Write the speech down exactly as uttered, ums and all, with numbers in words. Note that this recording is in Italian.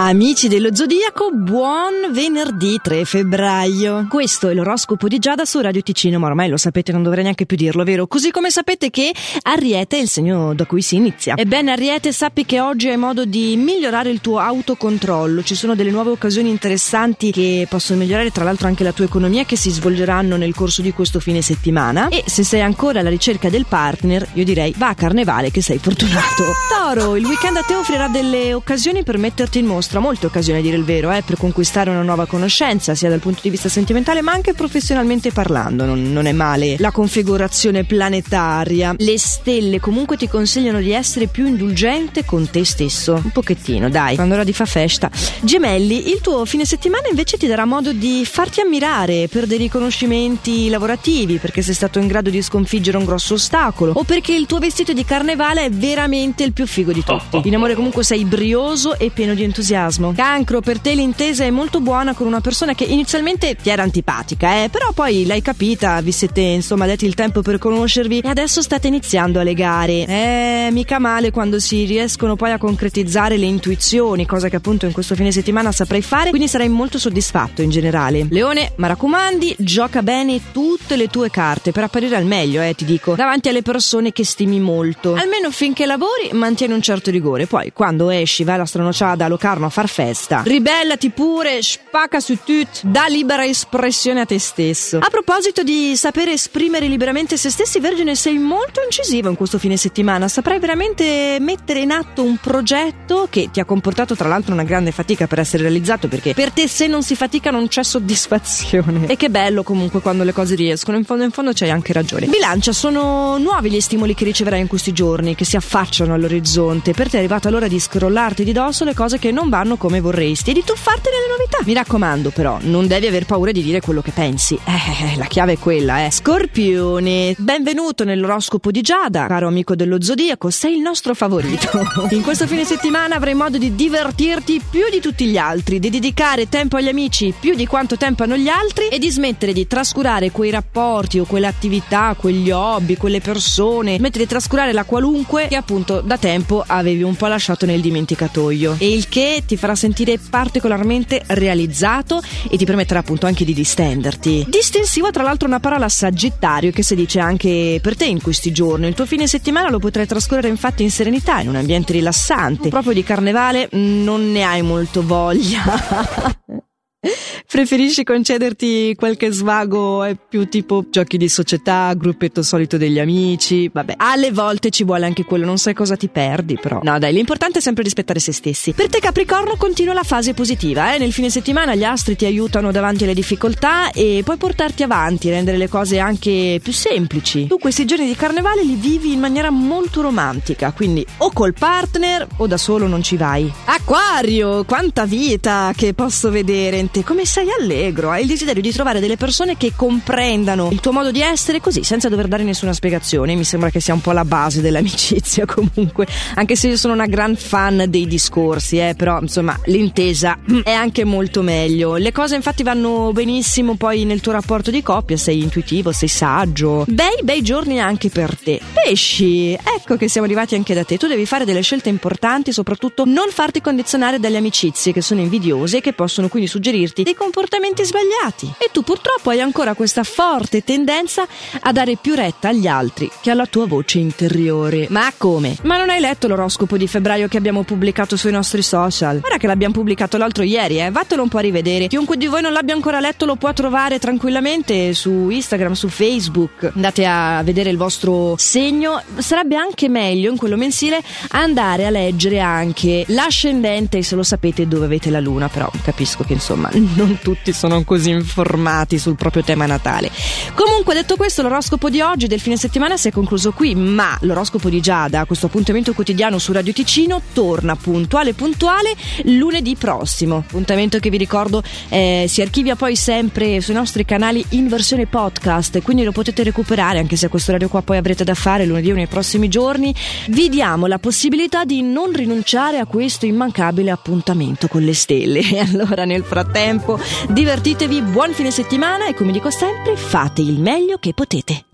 Amici dello Zodiaco, buon venerdì tre febbraio. Questo è l'oroscopo di Giada su Radio Ticino, ma ormai lo sapete, non dovrei neanche più dirlo, vero? Così come sapete che Ariete è il segno da cui si inizia. Ebbene, Ariete, sappi che oggi hai modo di migliorare il tuo autocontrollo. Ci sono delle nuove occasioni interessanti che possono migliorare tra l'altro anche la tua economia, che si svolgeranno nel corso di questo fine settimana. E se sei ancora alla ricerca del partner, io direi va a Carnevale che sei fortunato. Toro, il weekend a te offrirà delle occasioni per metterti in mostra. Molte occasioni, a dire il vero, eh, per conquistare una nuova conoscenza, sia dal punto di vista sentimentale ma anche professionalmente parlando. Non, non è male la configurazione planetaria. Le stelle comunque ti consigliano di essere più indulgente con te stesso, un pochettino, dai, quando ora di fa festa. Gemelli, il tuo fine settimana invece ti darà modo di farti ammirare per dei riconoscimenti lavorativi, perché sei stato in grado di sconfiggere un grosso ostacolo, o perché il tuo vestito di carnevale è veramente il più figo di tutti. In amore comunque sei brioso e pieno di entusiasmo. Cancro, per te l'intesa è molto buona con una persona che inizialmente ti era antipatica, eh, però poi l'hai capita, vi siete insomma dati il tempo per conoscervi e adesso state iniziando a legare. Eh, mica male quando si riescono poi a concretizzare le intuizioni, cosa che appunto in questo fine settimana saprai fare, quindi sarai molto soddisfatto in generale. Leone, mi raccomandi, gioca bene tutte le tue carte per apparire al meglio, eh, ti dico, davanti alle persone che stimi molto. Almeno finché lavori mantieni un certo rigore, poi quando esci vai alla stranocciada a Locarno a far festa, ribellati pure, spacca su tutto, dà libera espressione a te stesso. A proposito di sapere esprimere liberamente se stessi, Vergine, sei molto incisivo in questo fine settimana, saprai veramente mettere in atto un progetto che ti ha comportato tra l'altro una grande fatica per essere realizzato, perché per te se non si fatica non c'è soddisfazione. E che bello comunque quando le cose riescono, in fondo in fondo c'hai anche ragione. Bilancia, sono nuovi gli stimoli che riceverai in questi giorni, che si affacciano all'orizzonte. Per te è arrivata l'ora di scrollarti di dosso le cose che non vanno come vorresti e di tuffarti nelle novità. Mi raccomando però, non devi aver paura di dire quello che pensi. Eh, la chiave è quella, eh. Scorpione, benvenuto nell'oroscopo di Giada, caro amico dello Zodiaco, sei il nostro favorito. In questo fine settimana avrai modo di divertirti più di tutti gli altri, di dedicare tempo agli amici più di quanto tempo hanno gli altri e di smettere di trascurare quei rapporti o quelle attività, quegli hobby, quelle persone, smettere di trascurare la qualunque che appunto da tempo avevi un po' lasciato nel dimenticatoio, e il che ti farà sentire particolarmente realizzato e ti permetterà appunto anche di distenderti. Distensiva tra l'altro una parola Sagittario che si dice anche per te in questi giorni. Il tuo fine settimana lo potrai trascorrere infatti in serenità, in un ambiente rilassante. Proprio di carnevale non ne hai molto voglia. Preferisci concederti qualche svago, è più tipo giochi di società, gruppetto solito degli amici, vabbè, alle volte ci vuole anche quello, non sai cosa ti perdi però. No dai, l'importante è sempre rispettare se stessi. Per te Capricorno continua la fase positiva, eh? Nel fine settimana gli astri ti aiutano davanti alle difficoltà e puoi portarti avanti, rendere le cose anche più semplici. Tu questi giorni di carnevale li vivi in maniera molto romantica, quindi o col partner o da solo non ci vai. Acquario, quanta vita che posso vedere in te, come sei allegro, hai il desiderio di trovare delle persone che comprendano il tuo modo di essere così, senza dover dare nessuna spiegazione. Mi sembra che sia un po' la base dell'amicizia comunque, anche se io sono una gran fan dei discorsi, eh, però insomma l'intesa è anche molto meglio. Le cose infatti vanno benissimo poi nel tuo rapporto di coppia, sei intuitivo, sei saggio. Bei bei giorni anche per te. Pesci, ecco che siamo arrivati anche da te. Tu devi fare delle scelte importanti, soprattutto non farti condizionare dalle amicizie che sono invidiose e che possono quindi suggerirti dei comportamenti sbagliati, e tu purtroppo hai ancora questa forte tendenza a dare più retta agli altri che alla tua voce interiore. Ma come? Ma non hai letto l'oroscopo di febbraio che abbiamo pubblicato sui nostri social? Guarda che l'abbiamo pubblicato l'altro ieri, eh, vattelo un po' a rivedere. Chiunque di voi non l'abbia ancora letto lo può trovare tranquillamente su Instagram, su Facebook. Andate a vedere il vostro segno. Sarebbe anche meglio in quello mensile andare a leggere anche l'ascendente, se lo sapete dove avete la luna, però capisco che insomma non tutti sono così informati sul proprio tema natale. Comunque, detto questo, l'oroscopo di oggi del fine settimana si è concluso qui, ma l'oroscopo di Giada, questo appuntamento quotidiano su Radio Ticino, torna puntuale puntuale lunedì prossimo. Appuntamento che vi ricordo eh, si archivia poi sempre sui nostri canali in versione podcast, quindi lo potete recuperare anche se a questo orario qua poi avrete da fare lunedì o nei prossimi giorni. Vi diamo la possibilità di non rinunciare a questo immancabile appuntamento con le stelle. E allora nel frattempo divertitevi, buon fine settimana e come dico sempre fate il meglio che potete.